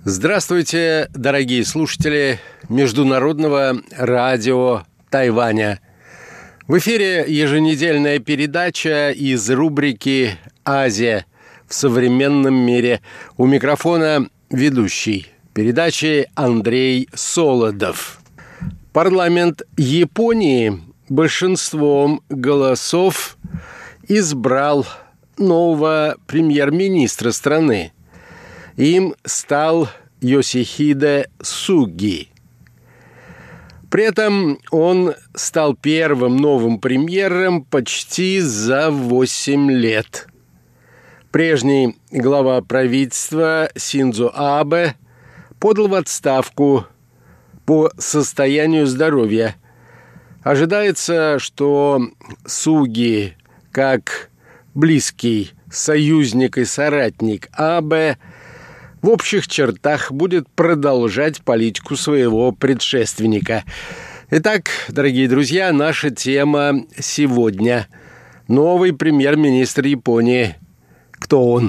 Здравствуйте, дорогие слушатели Международного радио Тайваня. В эфире еженедельная передача из рубрики «Азия в современном мире». У микрофона ведущий передачи Андрей Солодов. Парламент Японии большинством голосов избрал нового премьер-министра страны. Им стал Йосихиде Суги. При этом он стал первым новым премьером почти за 8 лет. Прежний глава правительства Синдзо Абе подал в отставку по состоянию здоровья. Ожидается, что Суги, как близкий союзник и соратник Абе, в общих чертах будет продолжать политику своего предшественника. Итак, дорогие друзья, наша тема сегодня – новый премьер-министр Японии. Кто он?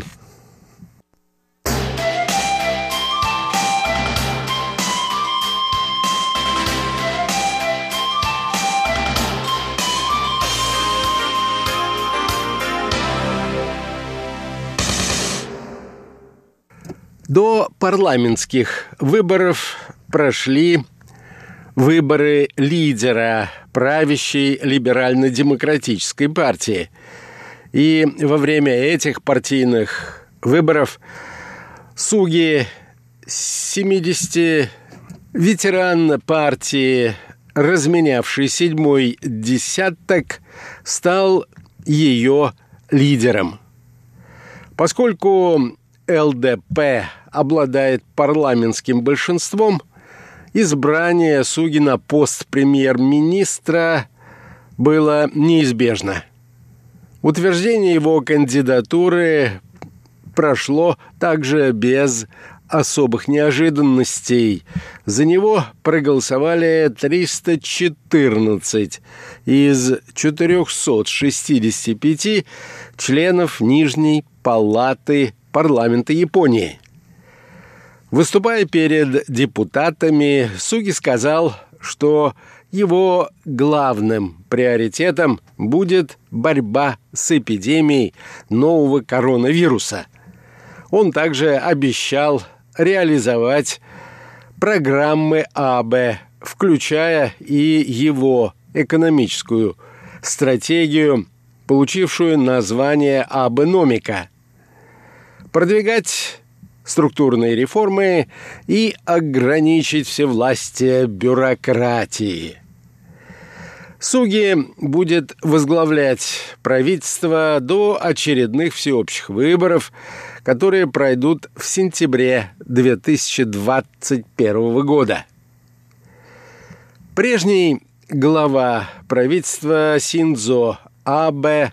До парламентских выборов прошли выборы лидера правящей либерально-демократической партии. И во время этих партийных выборов Суги, 70 ветеран партии, разменявший седьмой десяток, стал ее лидером. Поскольку ЛДП обладает парламентским большинством, избрание Суги на пост премьер-министра было неизбежно. Утверждение его кандидатуры прошло также без особых неожиданностей. За него проголосовали 314 из 465 членов Нижней палаты парламента Японии. Выступая перед депутатами, Суги сказал, что его главным приоритетом будет борьба с эпидемией нового коронавируса. Он также обещал реализовать программы Абе, включая и его экономическую стратегию, получившую название Абеномика, продвигать структурные реформы и ограничить всевластие бюрократии. Суги будет возглавлять правительство до очередных всеобщих выборов, которые пройдут в сентябре 2021 года. Прежний глава правительства Синдзо Абе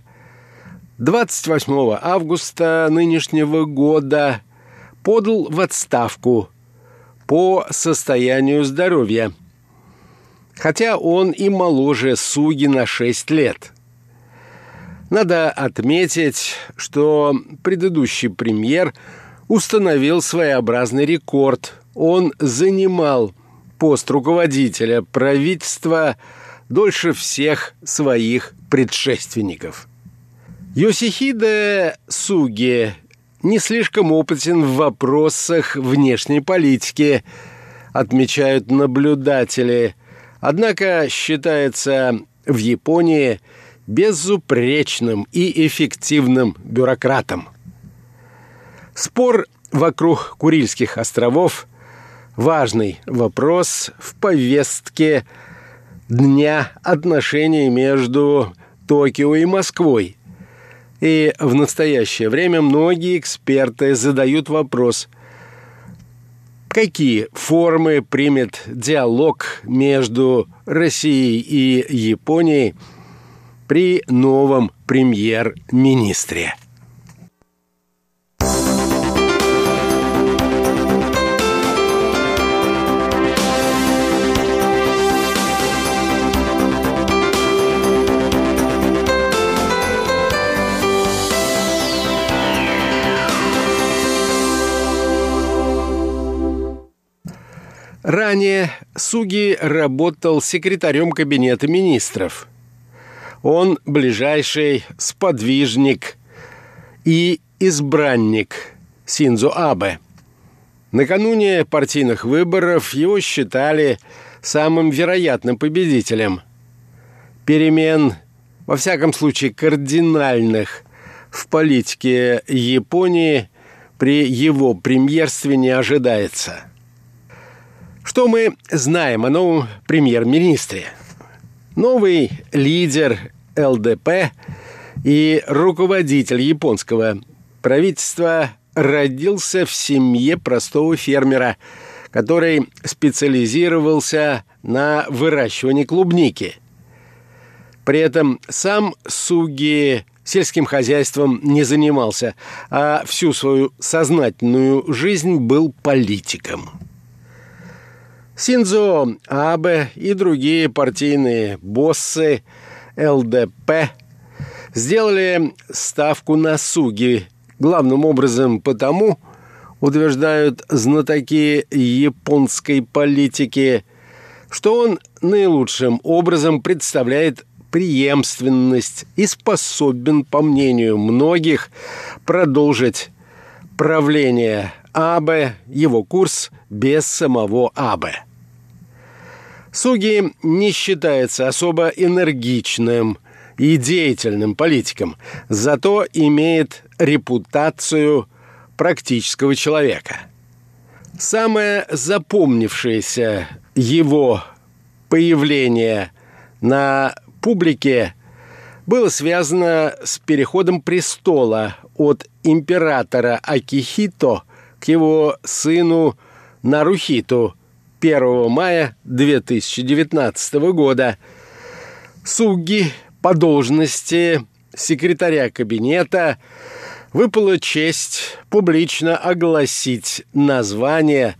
28 августа нынешнего года подал в отставку по состоянию здоровья, хотя он и моложе Суги на 6 лет. Надо отметить, что предыдущий премьер установил своеобразный рекорд. Он занимал пост руководителя правительства дольше всех своих предшественников. Йосихиде Суги не слишком опытен в вопросах внешней политики, отмечают наблюдатели, однако считается в Японии безупречным и эффективным бюрократом. Спор вокруг Курильских островов – важный вопрос в повестке дня отношений между Токио и Москвой. И в настоящее время многие эксперты задают вопрос, какие формы примет диалог между Россией и Японией при новом премьер-министре. Ранее Суги работал секретарем Кабинета министров. Он ближайший сподвижник и избранник Синдзо Абэ. Накануне партийных выборов его считали самым вероятным победителем. Перемен, во всяком случае кардинальных, в политике Японии при его премьерстве не ожидается. Что мы знаем о новом премьер-министре? Новый лидер ЛДП и руководитель японского правительства родился в семье простого фермера, который специализировался на выращивании клубники. При этом сам Суги сельским хозяйством не занимался, а всю свою сознательную жизнь был политиком. Синдзо Абэ и другие партийные боссы ЛДП сделали ставку на Суги, главным образом потому, утверждают знатоки японской политики, что он наилучшим образом представляет преемственность и способен, по мнению многих, продолжить правление Абэ, его курс без самого Абэ. Суги не считается особо энергичным и деятельным политиком, зато имеет репутацию практического человека. Самое запомнившееся его появление на публике было связано с переходом престола от императора Акихито к его сыну Нарухито 1 мая 2019 года. Суги по должности секретаря кабинета выпала честь публично огласить название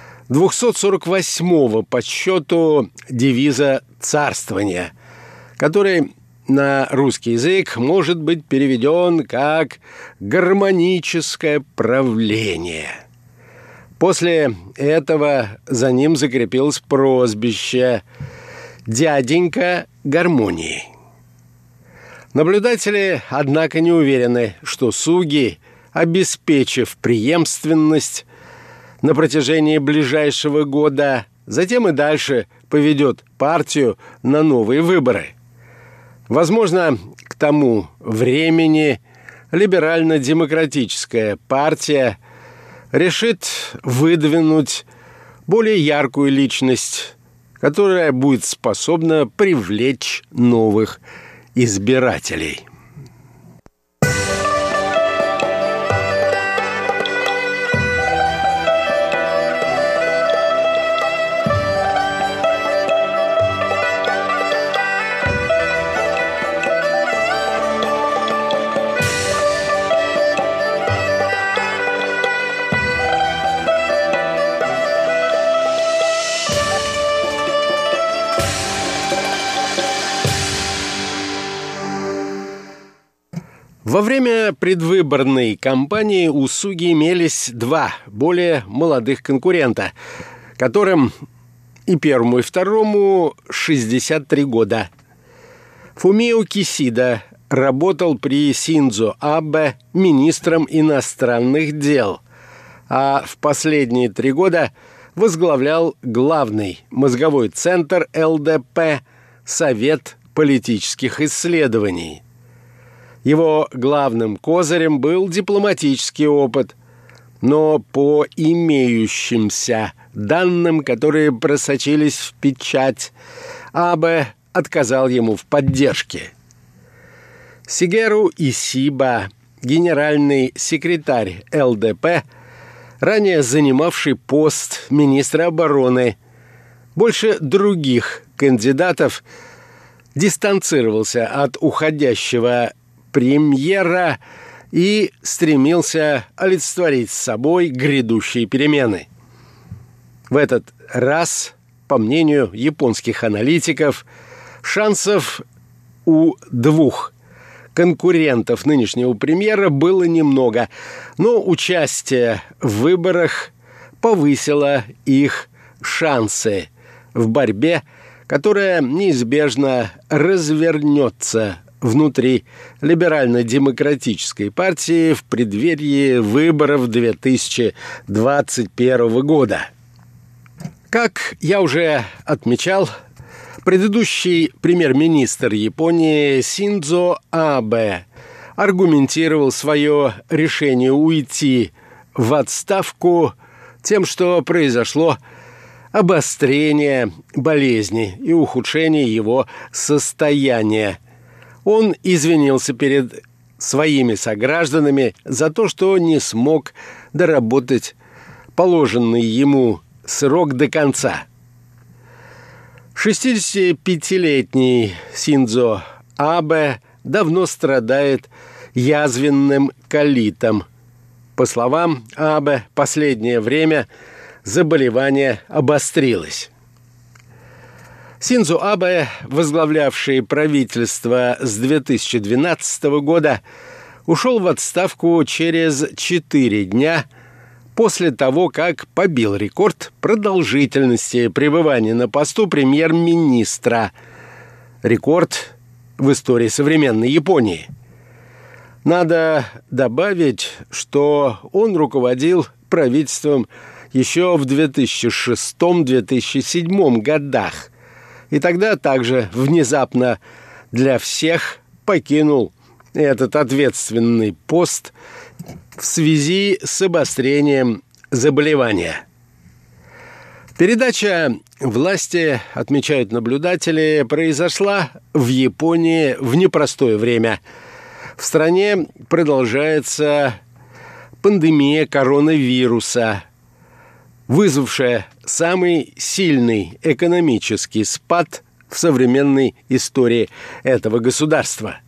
248-го по счету девиза царствования, который на русский язык может быть переведен как «гармоническое правление». После этого за ним закрепилось прозвище «Дяденька гармонии». Наблюдатели, однако, не уверены, что Суги, обеспечив преемственность на протяжении ближайшего года, затем и дальше поведет партию на новые выборы. Возможно, к тому времени либерально-демократическая партия решит выдвинуть более яркую личность, которая будет способна привлечь новых избирателей. Во время предвыборной кампании у Суги имелись два более молодых конкурента, которым и первому, и второму 63 года. Фумио Кисида работал при Синдзо Абэ министром иностранных дел, а в последние 3 года возглавлял главный мозговой центр ЛДП «Совет политических исследований». Его главным козырем был дипломатический опыт, но по имеющимся данным, которые просочились в печать, Абэ отказал ему в поддержке. Сигеру Исиба, генеральный секретарь ЛДП, ранее занимавший пост министра обороны, больше других кандидатов дистанцировался от уходящего премьера и стремился олицетворить с собой грядущие перемены. В этот раз, по мнению японских аналитиков, шансов у двух конкурентов нынешнего премьера было немного, но участие в выборах повысило их шансы в борьбе, которая неизбежно развернется внутри либерально-демократической партии в преддверии выборов 2021 года. Как я уже отмечал, предыдущий премьер-министр Японии Синдзо Абэ аргументировал свое решение уйти в отставку тем, что произошло обострение болезни и ухудшение его состояния. Он извинился перед своими согражданами за то, что не смог доработать положенный ему срок до конца. 65-летний Синдзо Абэ давно страдает язвенным колитом. По словам Абэ, последнее время заболевание обострилось. Синдзо Абэ, возглавлявший правительство с 2012 года, ушел в отставку через 4 дня после того, как побил рекорд продолжительности пребывания на посту премьер-министра. Рекорд в истории современной Японии. Надо добавить, что он руководил правительством еще в 2006-2007 годах, и тогда также внезапно для всех покинул этот ответственный пост в связи с обострением заболевания. Передача власти, отмечают наблюдатели, произошла в Японии в непростое время. В стране продолжается пандемия коронавируса, вызвавшая самый сильный экономический спад в современной истории этого государства.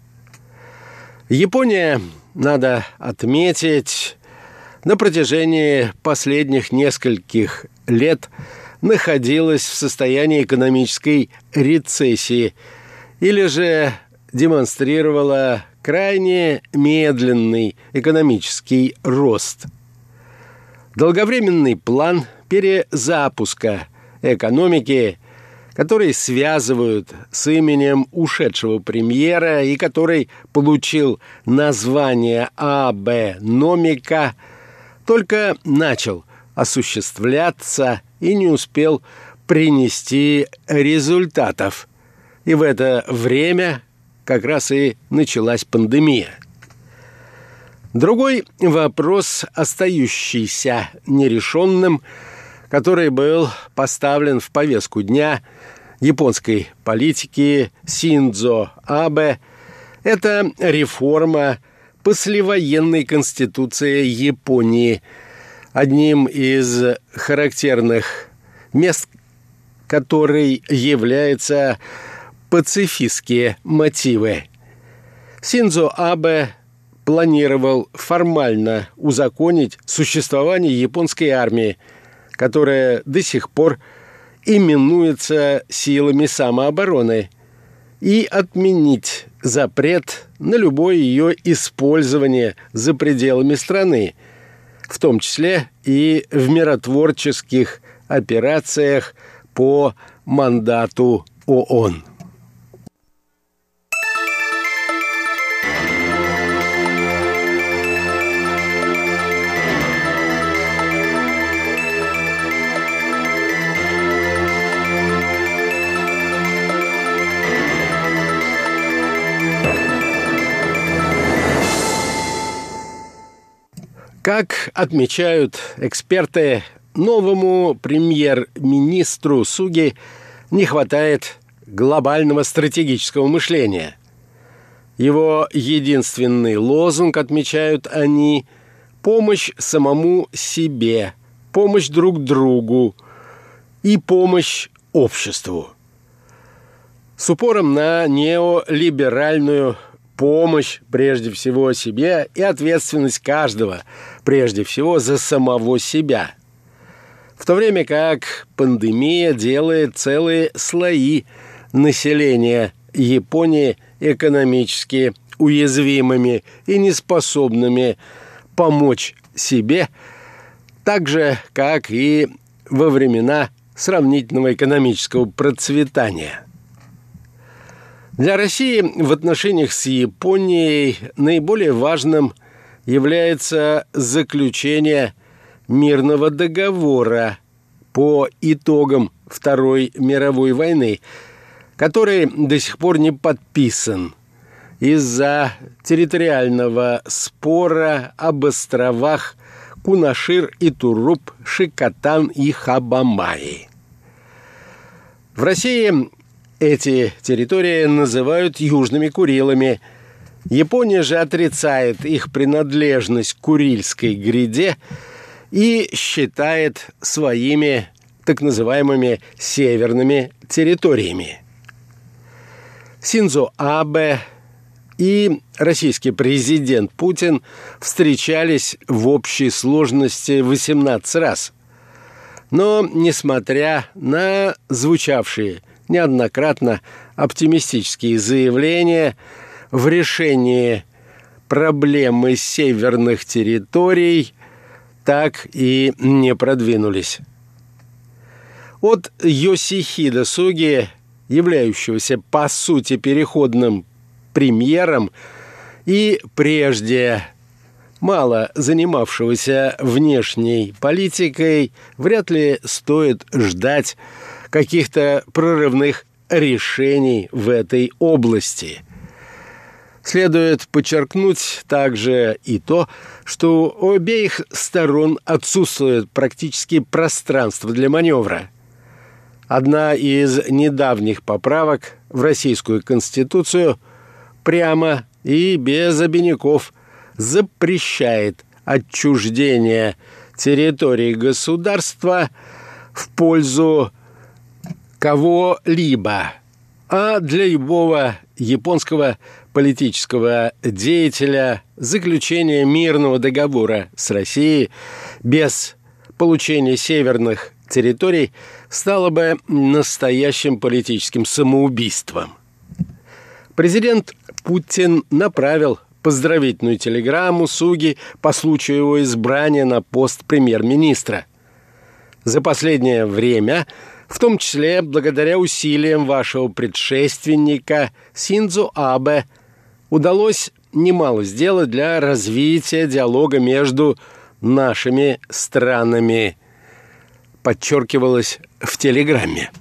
Япония, надо отметить, на протяжении последних нескольких лет находилась в состоянии экономической рецессии или же демонстрировала крайне медленный экономический рост. Долговременный план перезапуска экономики, который связывают с именем ушедшего премьера и который получил название Абэномика, только начал осуществляться и не успел принести результатов. И в это время как раз и началась пандемия. Другой вопрос, остающийся нерешенным, который был поставлен в повестку дня японской политики Синдзо Абэ, это реформа послевоенной конституции Японии, одним из характерных мест которой являются пацифистские мотивы. Синдзо Абэ планировал формально узаконить существование японской армии, которая до сих пор именуется силами самообороны, и отменить запрет на любое ее использование за пределами страны, в том числе и в миротворческих операциях по мандату ООН. Как отмечают эксперты, новому премьер-министру Суги не хватает глобального стратегического мышления. Его единственный лозунг, отмечают они, помощь самому себе, помощь друг другу и помощь обществу. С упором на неолиберальную помощь прежде всего себе и ответственность каждого прежде всего за самого себя. В то время как пандемия делает целые слои населения Японии экономически уязвимыми и неспособными помочь себе, так же, как и во времена сравнительного экономического процветания. Для России в отношениях с Японией наиболее важным является заключение мирного договора по итогам Второй мировой войны, который до сих пор не подписан из-за территориального спора об островах Кунашир и Туруп, Шикотан и Хабамаи. В России эти территории называют Южными Курилами. Япония же отрицает их принадлежность к Курильской гряде и считает своими так называемыми северными территориями. Синдзо Абе и российский президент Путин встречались в общей сложности 18 раз. Но, несмотря на звучавшие неоднократно оптимистические заявления в решении проблемы северных территорий, так и не продвинулись. От Йосихиде Суги, являющегося по сути переходным премьером и прежде мало занимавшегося внешней политикой, вряд ли стоит ждать каких-то прорывных решений в этой области. Следует подчеркнуть также и то, что у обеих сторон отсутствует практически пространство для маневра. Одна из недавних поправок в Российскую Конституцию прямо и без обиняков запрещает отчуждение территории государства в пользу кого-либо, а для любого японского политического деятеля заключение мирного договора с Россией без получения северных территорий стало бы настоящим политическим самоубийством. Президент Путин направил поздравительную телеграмму Суги по случаю его избрания на пост премьер-министра. За последнее время, в том числе благодаря усилиям вашего предшественника Синдзо Абе, удалось немало сделать для развития диалога между нашими странами, подчеркивалось в телеграмме.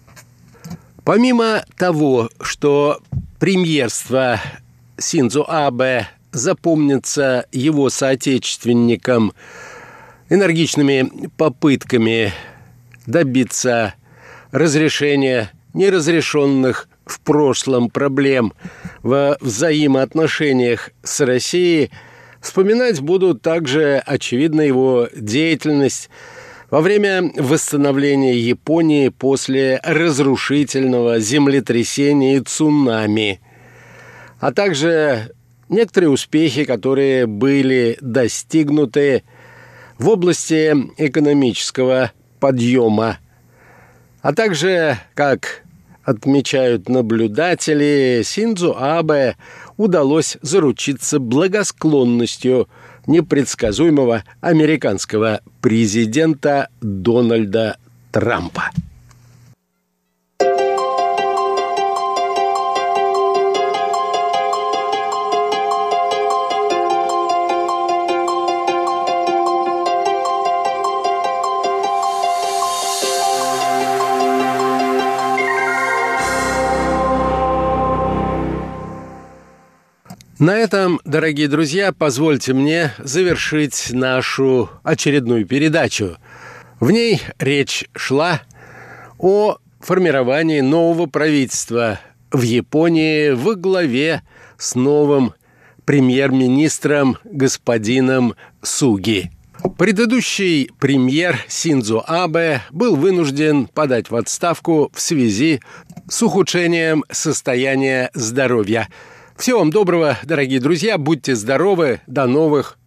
Помимо того, что премьерство Синдзо Абе запомнится его соотечественникам энергичными попытками добиться разрешения неразрешенных в прошлом проблем во взаимоотношениях с Россией, вспоминать будут также, очевидно, его деятельность во время восстановления Японии после разрушительного землетрясения и цунами, а также некоторые успехи, которые были достигнуты в области экономического подъема, а также, как отмечают наблюдатели, Синдзо Абе удалось заручиться благосклонностью непредсказуемого американского президента Дональда Трампа. На этом, дорогие друзья, позвольте мне завершить нашу очередную передачу. В ней речь шла о формировании нового правительства в Японии во главе с новым премьер-министром господином Суги. Предыдущий премьер Синдзо Абе был вынужден подать в отставку в связи с ухудшением состояния здоровья. Всего вам доброго, дорогие друзья, будьте здоровы, до новых